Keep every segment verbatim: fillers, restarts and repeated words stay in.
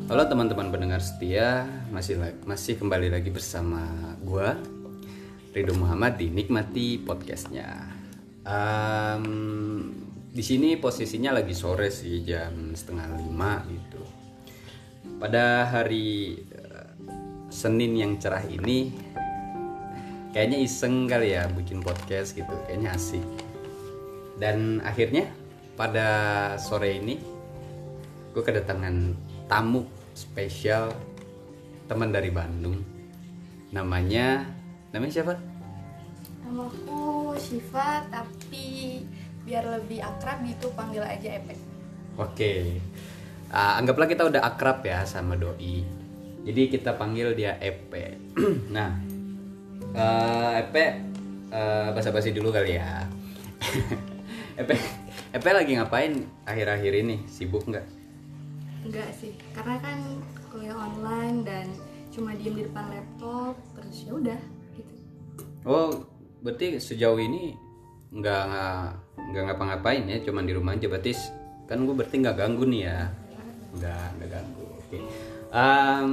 Halo teman-teman pendengar setia, masih masih kembali lagi bersama gua Ridho Muhammad di Nikmati Podcastnya. Um, di sini posisinya lagi sore sih, jam setengah lima gitu. Pada hari uh, Senin yang cerah ini, kayaknya iseng kali ya bikin podcast gitu, kayaknya asik. Dan akhirnya pada sore ini gue kedatangan tamu spesial, teman dari Bandung. Namanya namanya siapa? Namaku Syifa, tapi biar lebih akrab gitu panggil aja Epe. Oke. Uh, anggaplah kita udah akrab ya sama doi. Jadi kita panggil dia Epe. Nah, uh, Epe uh, basa-basi dulu kali ya. Epe, Epe lagi ngapain akhir-akhir ini? Sibuk nggak? Enggak sih, karena kan kuliah online dan cuma diem di depan laptop, terus ya udah gitu. Oh, berarti sejauh ini nggak nggak ngapa-ngapain ya, cuma di rumah aja. Berarti kan gue berarti nggak ganggu nih ya? Nggak nggak ganggu. Oke. Um,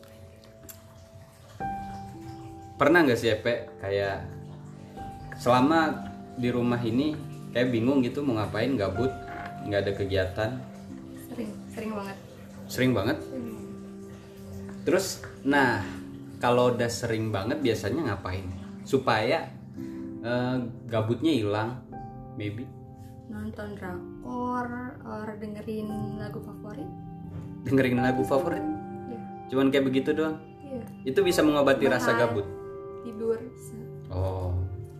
pernah nggak sih Epe kayak selama di rumah ini kayak bingung gitu mau ngapain, gabut, nggak ada kegiatan? Sering, sering banget. Sering banget. Hmm. Terus, nah kalau udah sering banget biasanya ngapain supaya uh, gabutnya hilang? Maybe Nonton drakor, or dengerin lagu favorit. dengerin lagu favorit. Ya, Cuman kayak begitu doang. iya. Itu bisa mengobati Bahan, rasa gabut. Tidur. Bisa. Oh.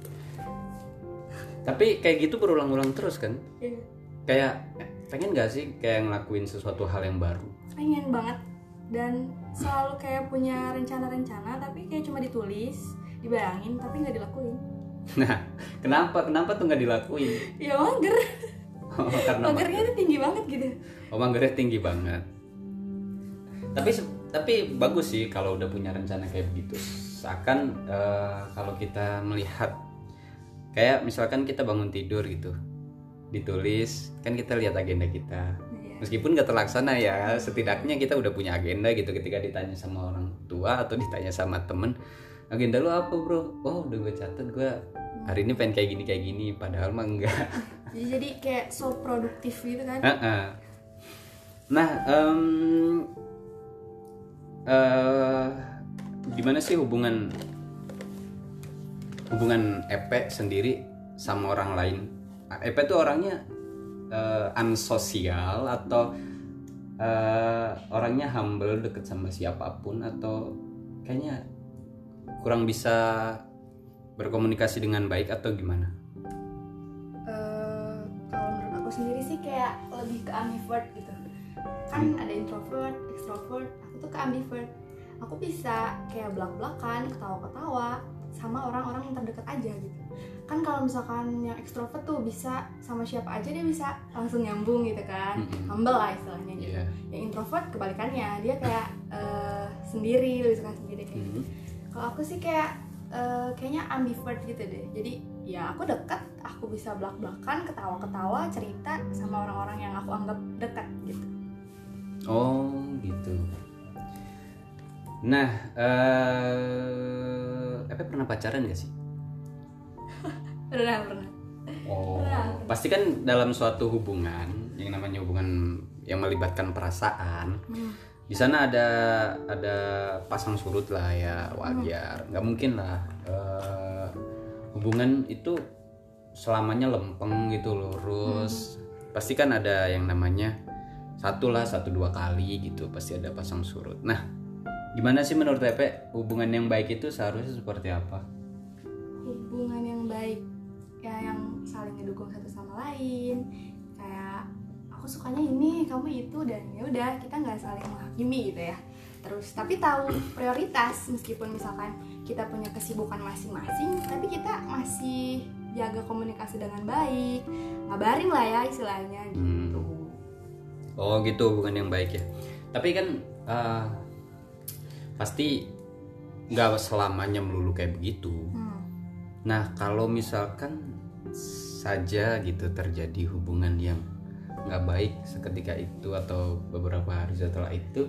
Tapi kayak gitu berulang-ulang terus kan? Iya. Kayak eh, pengen gak sih kayak ngelakuin sesuatu hal yang baru? Pengen banget, dan selalu kayak punya rencana-rencana tapi kayak cuma ditulis, dibayangin tapi nggak dilakuin. Nah, kenapa? Kenapa tuh nggak dilakuin? Ya mager. Oh, karena Magernya tuh tinggi banget gitu. Oh, magernya tinggi banget. Tapi tapi bagus sih kalau udah punya rencana kayak begitu. Seakan uh, kalau kita melihat kayak misalkan kita bangun tidur gitu, ditulis, kan kita lihat agenda kita. Iya. Meskipun gak terlaksana ya, setidaknya kita udah punya agenda gitu. Ketika ditanya sama orang tua atau ditanya sama temen, agenda lu apa bro? Oh udah gue catat, gue hari ini pengen kayak gini kayak gini. Padahal mah enggak. Jadi, jadi kayak so produktif gitu kan. Uh-uh. Nah, um, uh, gimana sih hubungan hubungan Epe sendiri sama orang lain? Epe tuh orangnya uh, unsosial atau uh, orangnya humble, deket sama siapapun, atau kayaknya kurang bisa berkomunikasi dengan baik atau gimana? Uh, kalau menurut aku sendiri sih kayak lebih ke ambivert gitu. Kan hmm. ada introvert, extrovert. Aku tuh ke ambivert. Aku bisa kayak belak-belakan, ketawa-ketawa sama orang-orang yang terdekat aja gitu. Kan kalau misalkan yang extrovert tuh bisa sama siapa aja dia bisa langsung nyambung gitu kan. Mm-hmm. Humble lah istilahnya gitu. Yeah. Yang introvert kebalikannya, dia kayak uh, sendiri, lebih suka sendiri kayak mm-hmm. gitu. Kalau aku sih kayak uh, kayaknya ambivert gitu deh. Jadi ya aku dekat, aku bisa belak-belakan, ketawa-ketawa, cerita sama orang-orang yang aku anggap dekat gitu. Oh gitu. Nah, uh, Epe pernah pacaran gak sih? Pernah, pernah. Oh, pernah. Pasti kan dalam suatu hubungan yang namanya hubungan yang melibatkan perasaan, hmm. di sana ada ada pasang surut lah ya, wajar. Hmm. Gak mungkin lah uh, hubungan itu selamanya lempeng gitu lurus. Hmm. Pasti kan ada yang namanya satu lah, satu dua kali gitu, pasti ada pasang surut. Nah, gimana sih menurut Epe hubungan yang baik itu seharusnya seperti apa? Hubungan yang baik ya yang saling ngedukung satu sama lain, kayak aku sukanya ini, kamu itu, dan ya udah kita nggak saling menghakimi gitu ya. Terus tapi tahu prioritas, meskipun misalkan kita punya kesibukan masing-masing, tapi kita masih jaga komunikasi dengan baik, ngabarin lah ya istilahnya gitu. Hmm. Oh gitu hubungan yang baik ya. Tapi kan uh, pasti nggak selamanya melulu kayak begitu. Hmm. Nah kalau misalkan saja gitu terjadi hubungan yang nggak baik seketika itu atau beberapa hari setelah itu,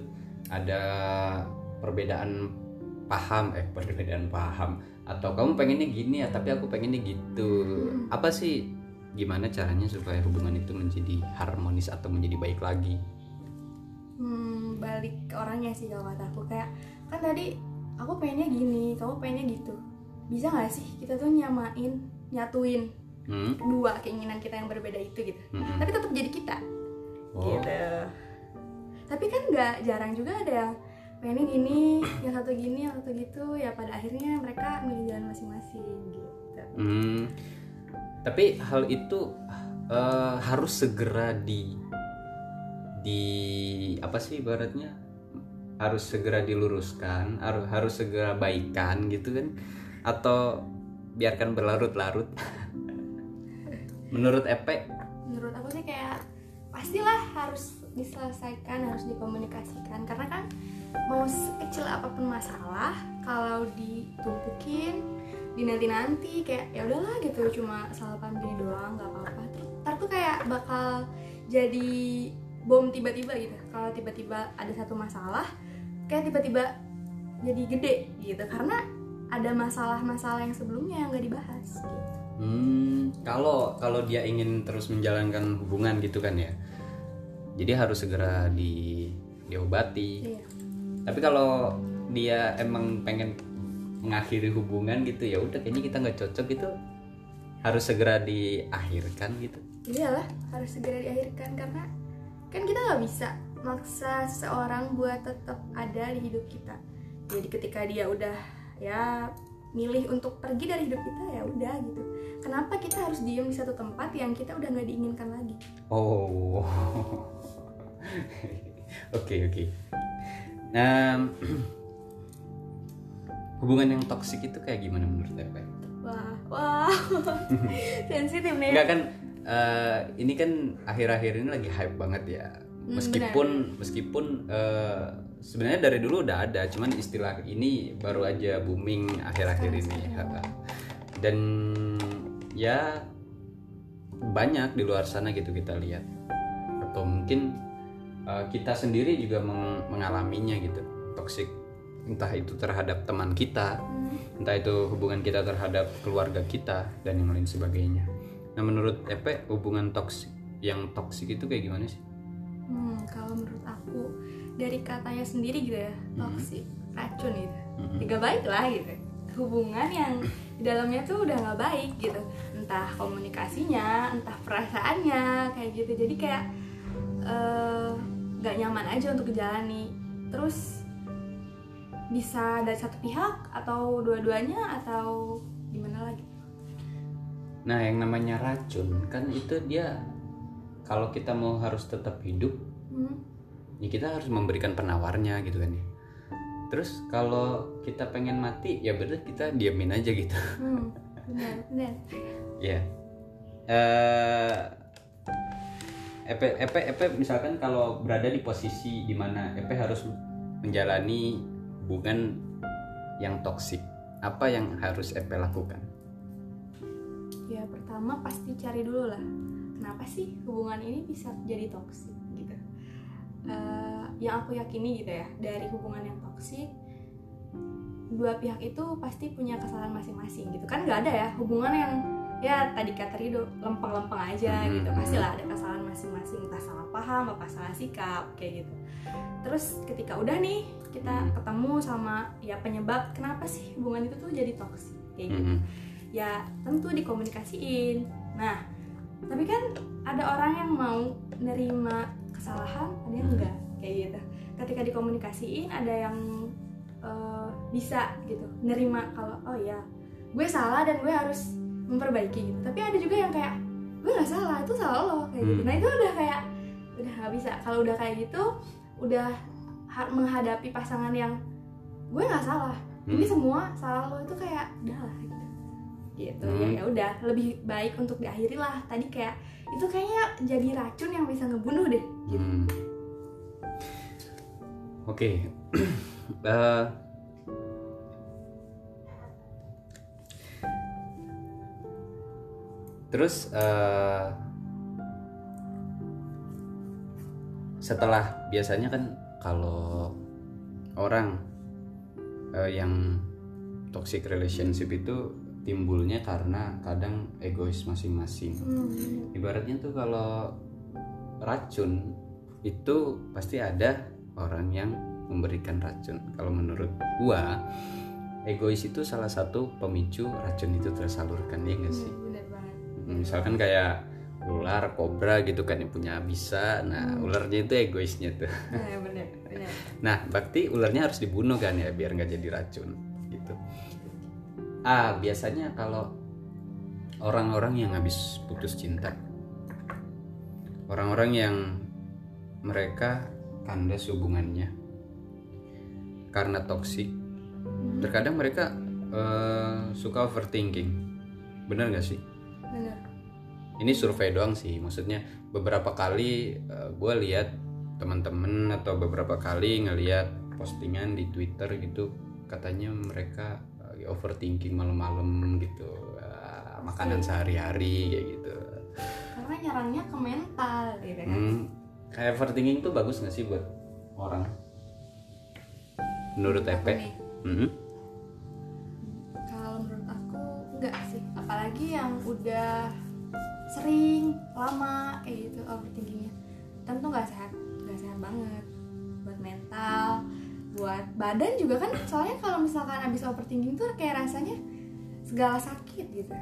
ada perbedaan paham eh perbedaan paham atau kamu pengennya gini ya tapi aku pengennya gitu. Apa sih gimana caranya supaya hubungan itu menjadi harmonis atau menjadi baik lagi? Hmm, balik ke orangnya sih kalau kata aku. Kayak kan tadi aku pengennya gini, kamu pengennya gitu. Bisa nggak sih kita tuh nyamain, nyatuin hmm? dua keinginan kita yang berbeda itu gitu. Hmm. Tapi tetap jadi kita. Oh. Gitu. Tapi kan nggak jarang juga ada yang pengennya gini, yang satu gini, yang satu gitu. Ya pada akhirnya mereka milih jalan masing-masing gitu. Hmm. Tapi hal itu uh, harus segera di di apa sih ibaratnya harus segera diluruskan, harus harus segera baikan gitu kan, atau biarkan berlarut-larut. Menurut Epe? Menurut aku sih kayak pastilah harus diselesaikan, harus dikomunikasikan, karena kan mau sekecil apapun masalah kalau ditumpukin dinanti-nanti kayak ya udahlah gitu, cuma salah paham gini doang nggak apa-apa, terus ntar tuh kayak bakal jadi bom tiba-tiba gitu. Kalau tiba-tiba ada satu masalah kayak tiba-tiba jadi gede gitu karena ada masalah-masalah yang sebelumnya yang nggak dibahas gitu. Hmm, kalau kalau dia ingin terus menjalankan hubungan gitu kan ya, jadi harus segera di diobati. Iya. Tapi kalau dia emang pengen mengakhiri hubungan gitu ya udah kayaknya kita nggak cocok gitu, harus segera diakhirkan gitu. Iyalah, harus segera diakhirkan karena kan kita nggak bisa maksa seseorang buat tetap ada di hidup kita. Jadi ketika dia udah ya milih untuk pergi dari hidup kita ya udah gitu. Kenapa kita harus diem di satu tempat yang kita udah nggak diinginkan lagi? Oh, oke oke. Nah, hubungan yang toksik itu kayak gimana menurut Epe? Wah, wah, sensitif nih. Enggak kan? Uh, ini kan akhir-akhir ini lagi hype banget ya. Meskipun hmm, meskipun uh, sebenarnya dari dulu udah ada, cuman istilah ini baru aja booming akhir-akhir ini. Dan ya banyak di luar sana gitu kita lihat. Atau mungkin uh, kita sendiri juga meng- mengalaminya gitu. Toksik, entah itu terhadap teman kita, hmm. entah itu hubungan kita terhadap keluarga kita dan yang lain sebagainya. Nah menurut Epe hubungan toksik yang toksik itu kayak gimana sih? Hmm, kalau menurut aku dari katanya sendiri gitu ya, toksik, mm-hmm. racun gitu, mm-hmm. ya gak baik lah gitu. Hubungan yang di dalamnya tuh udah gak baik gitu, entah komunikasinya, entah perasaannya kayak gitu. Jadi kayak uh, gak nyaman aja untuk dijalani. Terus bisa dari satu pihak atau dua-duanya atau gimana lagi? Nah yang namanya racun kan itu dia kalau kita mau harus tetap hidup, hmm. ya kita harus memberikan penawarnya gitu kan ya. Terus kalau kita pengen mati ya berarti kita diamin aja gitu. Hmm, benar benar. Ya. Uh, Epe Epe Epe misalkan kalau berada di posisi dimana Epe harus menjalani hubungan yang toksik, apa yang harus Epe lakukan? Ya pertama pasti cari dulu lah, kenapa sih hubungan ini bisa jadi toksik gitu. Uh, yang aku yakini gitu ya, dari hubungan yang toksik dua pihak itu pasti punya kesalahan masing-masing gitu kan. Nggak ada ya hubungan yang ya tadi kata Rido lempeng-lempeng aja gitu, pastilah ada kesalahan masing-masing, entah salah paham apa salah sikap kayak gitu. Terus ketika udah nih kita ketemu sama ya penyebab kenapa sih hubungan itu tuh jadi toksik kayak gitu, ya tentu dikomunikasiin. Nah tapi kan ada orang yang mau nerima kesalahan, ada yang enggak kayak gitu. Ketika dikomunikasiin ada yang uh, bisa gitu nerima kalau oh ya gue salah dan gue harus memperbaiki gitu. Tapi ada juga yang kayak gue nggak salah, itu salah lo kayak gitu. Nah itu udah kayak udah nggak bisa. Kalau udah kayak gitu udah menghadapi pasangan yang gue nggak salah, ini semua salah lo, itu kayak udah lah gitu. Gitu hmm. ya udah lebih baik untuk diakhiri lah. Tadi kayak itu kayaknya jadi racun yang bisa ngebunuh deh gitu. hmm. Oke okay. uh, terus uh, setelah biasanya kan kalau orang uh, yang toxic relationship itu timbulnya karena kadang egois masing-masing. Hmm. Ibaratnya tuh kalau racun itu pasti ada orang yang memberikan racun. Kalau menurut gua, egois itu salah satu pemicu racun itu tersalurkan, ya nggak sih? Hmm, bener banget. Misalkan kayak ular, kobra gitu kan yang punya bisa. Nah, hmm. ularnya itu egoisnya tuh. Nah, bener, bener. Nah, berarti ularnya harus dibunuh kan ya biar nggak jadi racun gitu. Ah, biasanya kalau orang-orang yang habis putus cinta, orang-orang yang mereka kandas hubungannya karena toksik, hmm. terkadang mereka uh, suka overthinking. Benar nggak sih? Benar. Ini survei doang sih, maksudnya beberapa kali uh, gue lihat teman-teman atau beberapa kali ngelihat postingan di Twitter gitu, katanya mereka uh, overthinking malam-malam gitu, uh, makanan sehari-hari kayak gitu. Karena nyerangnya ke mental gitu kan. Hmm, kayak overthinking tuh bagus nggak sih buat orang? Menurut E P? Mm-hmm. Kalau menurut aku enggak sih, apalagi yang udah sering lama kayak gitu overthinkingnya, tentu nggak sehat, nggak sehat banget buat mental, buat badan juga kan. Soalnya kalau misalkan abis overthinking tuh kayak rasanya segala sakit gitu.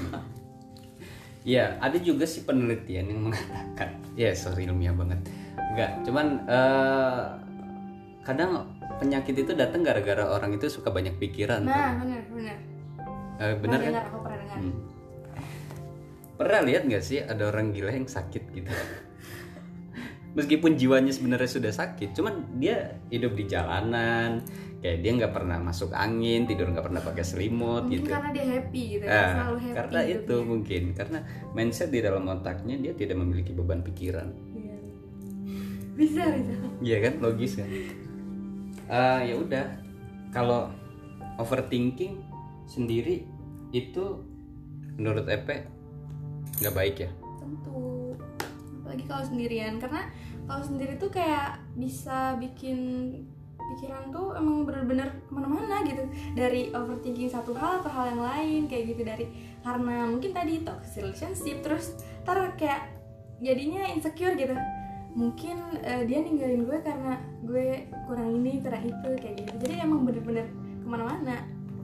Iya, ada juga sih penelitian yang mengatakan, ya sorry ilmiah banget, enggak, cuman uh, kadang penyakit itu datang gara-gara orang itu suka banyak pikiran. Nah, benar, benar. Uh, benar kan? Dengar, aku pernah dengar. Hmm. Pernah lihat nggak sih ada orang gila yang sakit gitu? Meskipun jiwanya sebenarnya sudah sakit, cuman dia hidup di jalanan, kayak dia nggak pernah masuk angin, tidur nggak pernah pakai selimut. Mungkin gitu. Karena dia happy gitu, nah, selalu happy. Karena hidupnya. itu mungkin, karena mindset di dalam otaknya dia tidak memiliki beban pikiran. Iya. Bisa, bisa. Iya kan, logis kan. Uh, ya udah, kalau overthinking sendiri itu menurut E P nggak baik ya? Tentu, apalagi kalau sendirian, karena kalau sendiri tuh kayak bisa bikin pikiran tuh emang bener-bener kemana-mana gitu, dari overthinking satu hal ke hal yang lain kayak gitu, dari karena mungkin tadi toxic relationship, terus ntar kayak jadinya insecure gitu, mungkin uh, dia ninggalin gue karena gue kurang ini kurang itu kayak gitu, jadi emang bener-bener kemana-mana.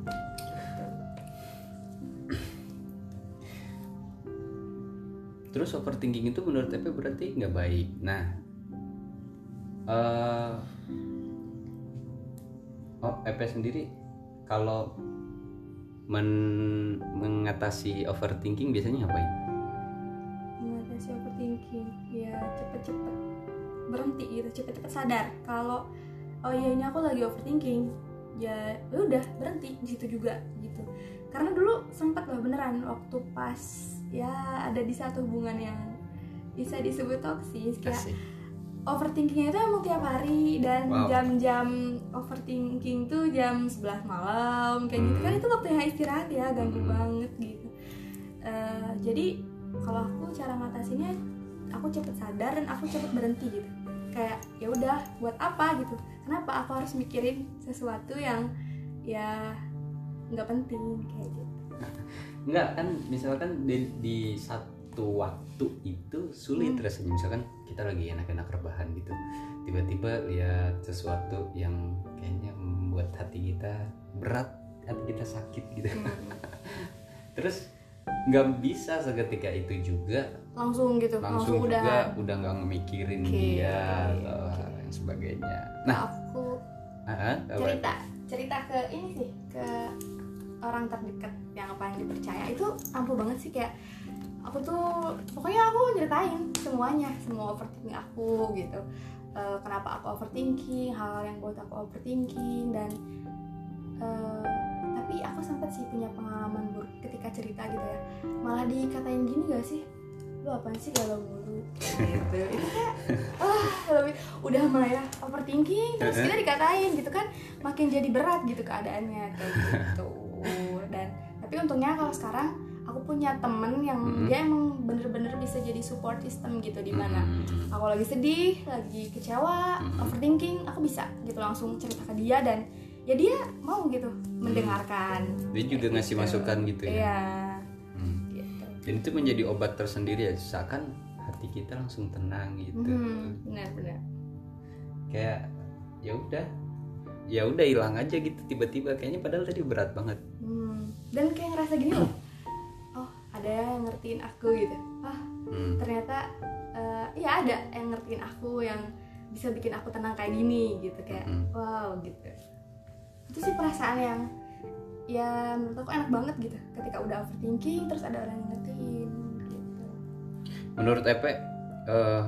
Terus overthinking itu menurut E P berarti nggak baik. Nah, uh, oh, E P sendiri kalau men- mengatasi overthinking biasanya ngapain? Mengatasi overthinking, ya cepet-cepet berhenti gitu, cepet-cepet sadar kalau oh iya ini aku lagi overthinking, ya udah berhenti di situ juga gitu. Karena dulu sempat loh beneran waktu pas ya ada di satu hubungan yang bisa disebut toksis, kayak Asik. overthinkingnya itu emang tiap hari, dan wow. jam-jam overthinking tuh jam sebelas malam kayak hmm. gitu kan, itu waktunya istirahat ya, ganggu hmm. banget gitu. Uh, jadi kalau aku cara ngatasinnya, aku cepet sadar dan aku cepet berhenti gitu, kayak ya udah buat apa gitu, kenapa aku harus mikirin sesuatu yang ya nggak penting kayak gitu. Enggak kan, misalkan di, di satu waktu itu sulit hmm. rasanya, misalkan kita lagi enak-enak rebahan gitu, tiba-tiba lihat sesuatu yang kayaknya membuat hati kita berat, hati kita sakit gitu. hmm. Terus nggak bisa seketika itu juga langsung gitu, langsung, langsung juga udah udah nggak ngemikirin okay, dia okay, atau okay. yang sebagainya. Nah, aku uh-huh, cerita cerita ke ini sih, ke orang terdekat yang paling dipercaya, itu ampuh banget sih, kayak aku tuh pokoknya aku nyeritain semuanya, semua overthinking aku gitu, uh, kenapa aku overthinking, hal-hal yang buat aku overthinking, dan uh, tapi aku sempat sih punya pengalaman buruk ketika cerita gitu ya, malah dikatain gini gak sih, lu apaan sih galau mulu gitu. Itu kayak ah lebih udah mulai overthinking terus kita dikatain gitu kan, makin jadi berat gitu keadaannya kayak gitu. Dan tapi untungnya kalau sekarang aku punya temen yang mm-hmm. dia emang bener-bener bisa jadi support system gitu, dimana Mm-hmm. aku lagi sedih, lagi kecewa, Mm-hmm. overthinking, aku bisa gitu langsung cerita ke dia dan ya dia mau gitu mendengarkan. Dia juga Kayak ngasih gitu. masukan gitu ya. Iya. Hmm. Gitu. Dan itu menjadi obat tersendiri ya, seakan hati kita langsung tenang gitu. Hmm, benar-benar. Kayak ya udah, ya udah hilang aja gitu tiba-tiba, kayaknya padahal tadi berat banget. Hmm. Dan kayak ngerasa gini loh, oh ada yang ngertiin aku gitu. Ah Hmm. ternyata uh, ya ada yang ngertiin aku, yang bisa bikin aku tenang kayak gini gitu, kayak Hmm. wow gitu. Itu sih perasaan yang ya menurut aku enak banget gitu, ketika udah overthinking terus ada orang yang ngertiin gitu. Menurut Epe, uh,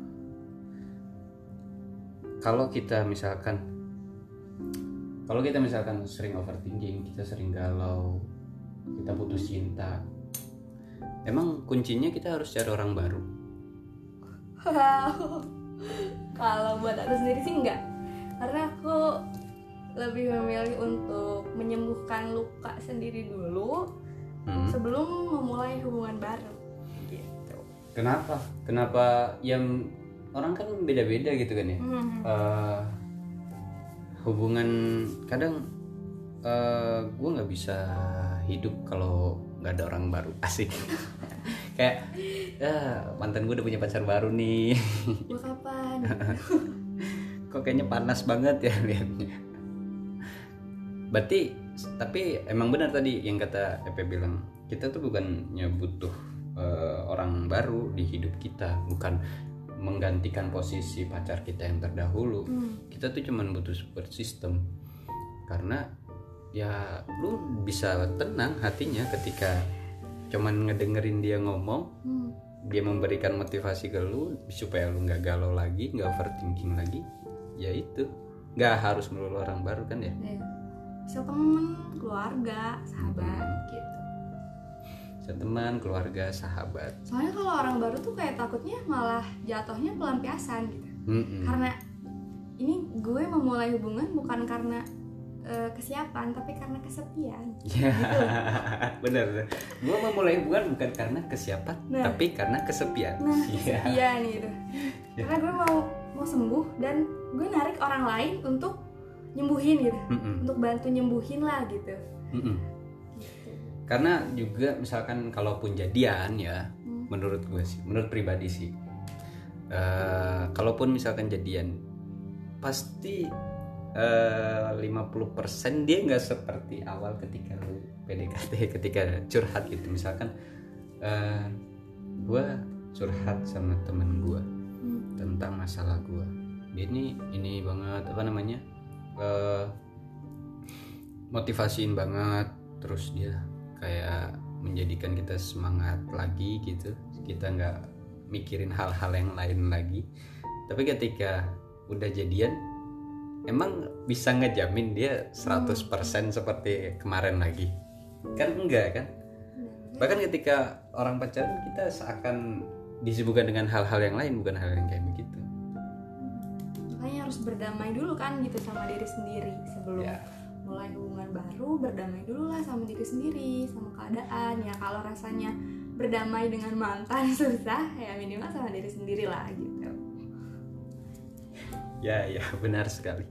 kalau kita misalkan kalau kita misalkan sering overthinking, kita sering galau, kita putus cinta, emang kuncinya kita harus cari orang baru? Wow. Kalau buat aku sendiri sih enggak, karena aku lebih memilih untuk menyembuhkan luka sendiri dulu Hmm. sebelum memulai hubungan baru gitu. Kenapa? Kenapa? Yang orang kan beda-beda gitu kan ya. Hmm. Uh, hubungan kadang uh, gue nggak bisa hidup kalau nggak ada orang baru, asik. Kayak ya, mantan gue udah punya pacar baru nih. Gua kapan? Kok kayaknya panas banget ya liatnya. Berarti tapi emang benar tadi yang kata Epe bilang, kita tuh bukannya butuh uh, orang baru di hidup kita, bukan menggantikan posisi pacar kita yang terdahulu. Hmm. Kita tuh cuman butuh support system, karena ya lu bisa tenang hatinya ketika cuman ngedengerin dia ngomong. Hmm. Dia memberikan motivasi ke lu supaya lu nggak galau lagi, nggak overthinking lagi. Ya itu, nggak harus melulu orang baru kan ya. Ya. Bisa temen, keluarga, sahabat gitu. Teman, keluarga, sahabat. Soalnya kalau orang baru tuh kayak takutnya malah jatuhnya pelampiasan gitu. Mm-mm. Karena ini gue memulai hubungan bukan karena uh, kesiapan, tapi karena kesepian. Ya, Gitu. benar. Gue memulai hubungan bukan karena kesiapan, Nah. tapi karena kesepian. Nah, Iya. kesepian gitu. Karena gue mau mau sembuh dan gue narik orang lain untuk nyembuhin gitu, Mm-mm. untuk bantu nyembuhin lah gitu. Mm-mm. Gitu. Karena juga misalkan kalaupun jadian ya, Hmm. menurut gue sih, menurut pribadi sih, uh, kalaupun misalkan jadian, pasti uh, lima puluh persen dia nggak seperti awal ketika lu P D K T, ketika curhat gitu. Misalkan uh, gue curhat sama temen gue Hmm. tentang masalah gue, dia ini ini banget apa namanya, uh, motivasiin banget, terus dia kayak menjadikan kita semangat lagi gitu, kita nggak mikirin hal-hal yang lain lagi. Tapi ketika udah jadian, emang bisa ngejamin dia seratus persen seperti kemarin lagi? Kan enggak kan? Bahkan ketika orang pacaran, kita seakan disibukkan dengan hal-hal yang lain, bukan hal yang kayak begitu. Makanya harus berdamai dulu kan gitu sama diri sendiri sebelum Ya. mulai hubungan baru. Berdamai dulu lah sama diri sendiri, sama keadaan. Ya kalau rasanya berdamai dengan mantan susah, ya minimal sama diri sendiri lah gitu. Ya, ya benar sekali.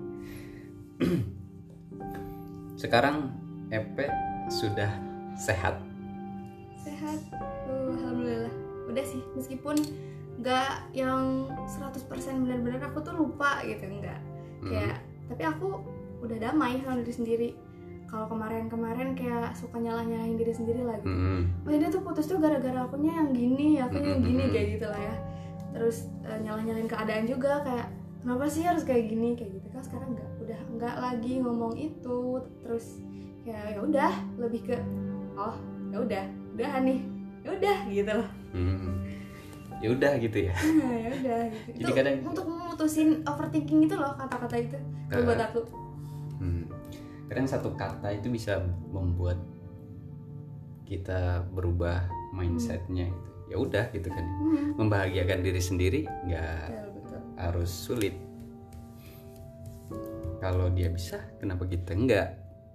Sekarang Epe sudah sehat. Sehat, uh, alhamdulillah. Udah sih, meskipun nggak yang seratus persen benar-benar aku tuh lupa gitu, enggak. Kayak, tapi aku udah damai sama diri sendiri. Kalau kemarin-kemarin kayak suka nyalah-nyalahin diri sendiri lagi. Mm-hmm. Oh, dia tuh putus tuh gara-gara akunya yang gini, akunya yang gini, Mm-hmm. kayak gitu lah ya. Terus uh, nyalah-nyalahin keadaan juga, kayak kenapa sih harus kayak gini, kayak gitu. Kan sekarang enggak, udah enggak lagi ngomong itu. Terus kayak ya udah, lebih ke oh, ya udah, udah nih. Ya udah gitu loh. Hmm. Ya udah gitu ya. Nah, ya udah gitu. Jadi Itu kadang- untuk memutusin overthinking itu loh, kata-kata itu. Kalau Uh. buat aku. Hmm. Kadang satu kata itu bisa membuat kita berubah mindsetnya gitu. Ya udah gitu kan. Hmm. Membahagiakan diri sendiri nggak Betul, betul. harus sulit. Kalau dia bisa, kenapa kita enggak?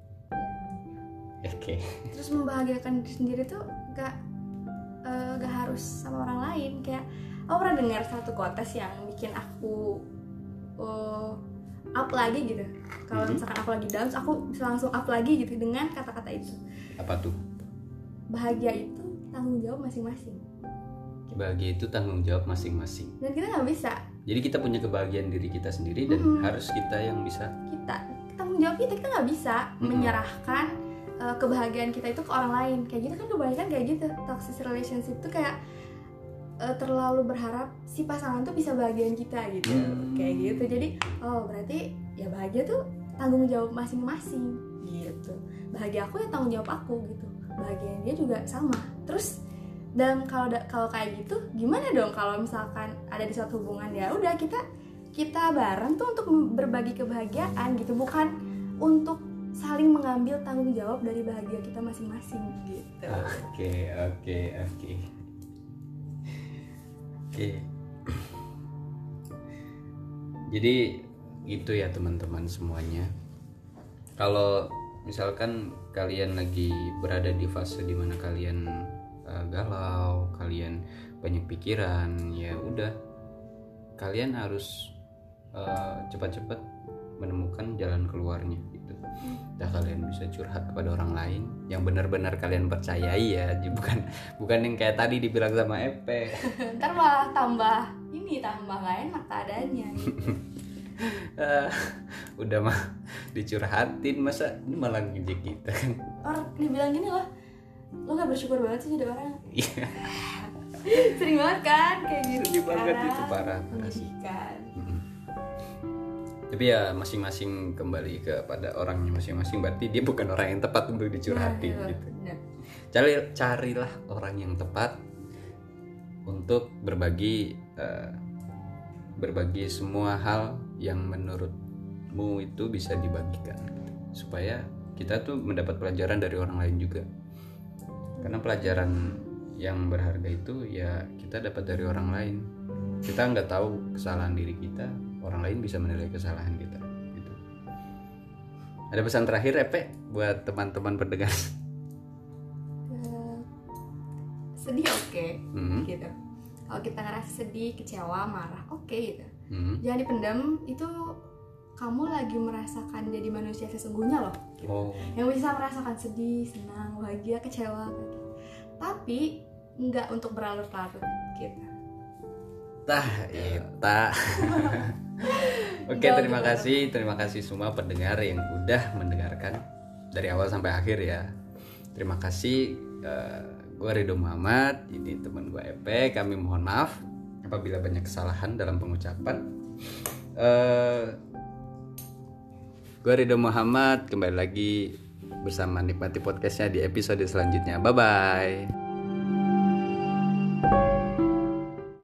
Oke. Terus membahagiakan diri sendiri tuh gak, uh, gak harus harus sama orang lain. Kayak aku pernah dengar satu quotes yang bikin aku uh, up lagi gitu. Kalau Mm-hmm. misalkan aku lagi down, aku bisa langsung up lagi gitu dengan kata-kata itu. Apa tuh? Bahagia itu tanggung jawab masing-masing. Bahagia itu tanggung jawab masing-masing. Dan kita nggak bisa. Jadi kita punya kebahagiaan diri kita sendiri dan Mm-hmm. harus kita yang bisa. Kita tanggung jawab kita kita nggak bisa Mm-hmm. menyerahkan uh, kebahagiaan kita itu ke orang lain. Kayak gitu kan kebanyakan kayak gitu. Toxic relationship itu kayak uh, terlalu berharap si pasangan tuh bisa bahagiain kita gitu. Hmm. Kayak gitu. Jadi oh berarti ya bahagia tuh tanggung jawab masing-masing gitu. Bahagia aku ya tanggung jawab aku gitu. Bahagia dia juga sama. Terus dan kalau da- kalau kayak gitu gimana dong kalau misalkan ada di suatu hubungan, ya udah kita kita bareng tuh untuk berbagi kebahagiaan gitu, bukan untuk saling mengambil tanggung jawab dari bahagia kita masing-masing gitu. Oke, oke, oke. Oke. Jadi gitu ya teman-teman semuanya. Kalau misalkan kalian lagi berada di fase dimana kalian uh, galau, kalian banyak pikiran, ya udah, kalian harus uh, cepat-cepat menemukan jalan keluarnya gitu. Dah kalian bisa curhat kepada orang lain yang benar-benar kalian percayai ya, bukan bukan yang kayak tadi dibilang sama Epe. Ntar malah tambah ini tambah gak enak keadaannya gitu. uh, udah mah dicurhatin, masa ini malah ngejek kita kan. Orang dibilang gini loh, lo gak bersyukur banget sih jadi orang. Iya. Sering banget kan kayak gitu. Sedih banget sekarang. itu, parah parah sih. Menyedihkan. Mm-mm. Tapi ya masing-masing kembali kepada orangnya masing-masing, berarti dia bukan orang yang tepat untuk dicurhatin Nah, gitu. bener. Cari carilah orang yang tepat untuk berbagi uh, berbagi semua hal yang menurutmu itu bisa dibagikan gitu. Supaya kita tuh mendapat pelajaran dari orang lain juga. Karena pelajaran yang berharga itu ya kita dapat dari orang lain. Kita nggak tahu kesalahan diri kita, orang lain bisa menilai kesalahan kita gitu. Ada pesan terakhir Epe buat teman-teman pendengar? Uh, sedih oke Hmm. gitu. Kalau kita ngerasa sedih, kecewa, marah, oke gitu. Hmm. Jangan dipendam, itu kamu lagi merasakan jadi manusia sesungguhnya loh. Gitu. Oh. Yang bisa merasakan sedih, senang, bahagia, kecewa gitu. Tapi nggak untuk berlarut-larut gitu. Tah, eta. Oke, Jauh terima gitu. kasih, terima kasih semua pendengar yang udah mendengarkan dari awal sampai akhir ya. Terima kasih. Uh, gue Ridho Muhammad, ini teman gue Epe. Kami mohon maaf apabila banyak kesalahan dalam pengucapan. Uh, gue Ridho Muhammad, kembali lagi bersama Nikmati Podcastnya di episode selanjutnya. Bye bye.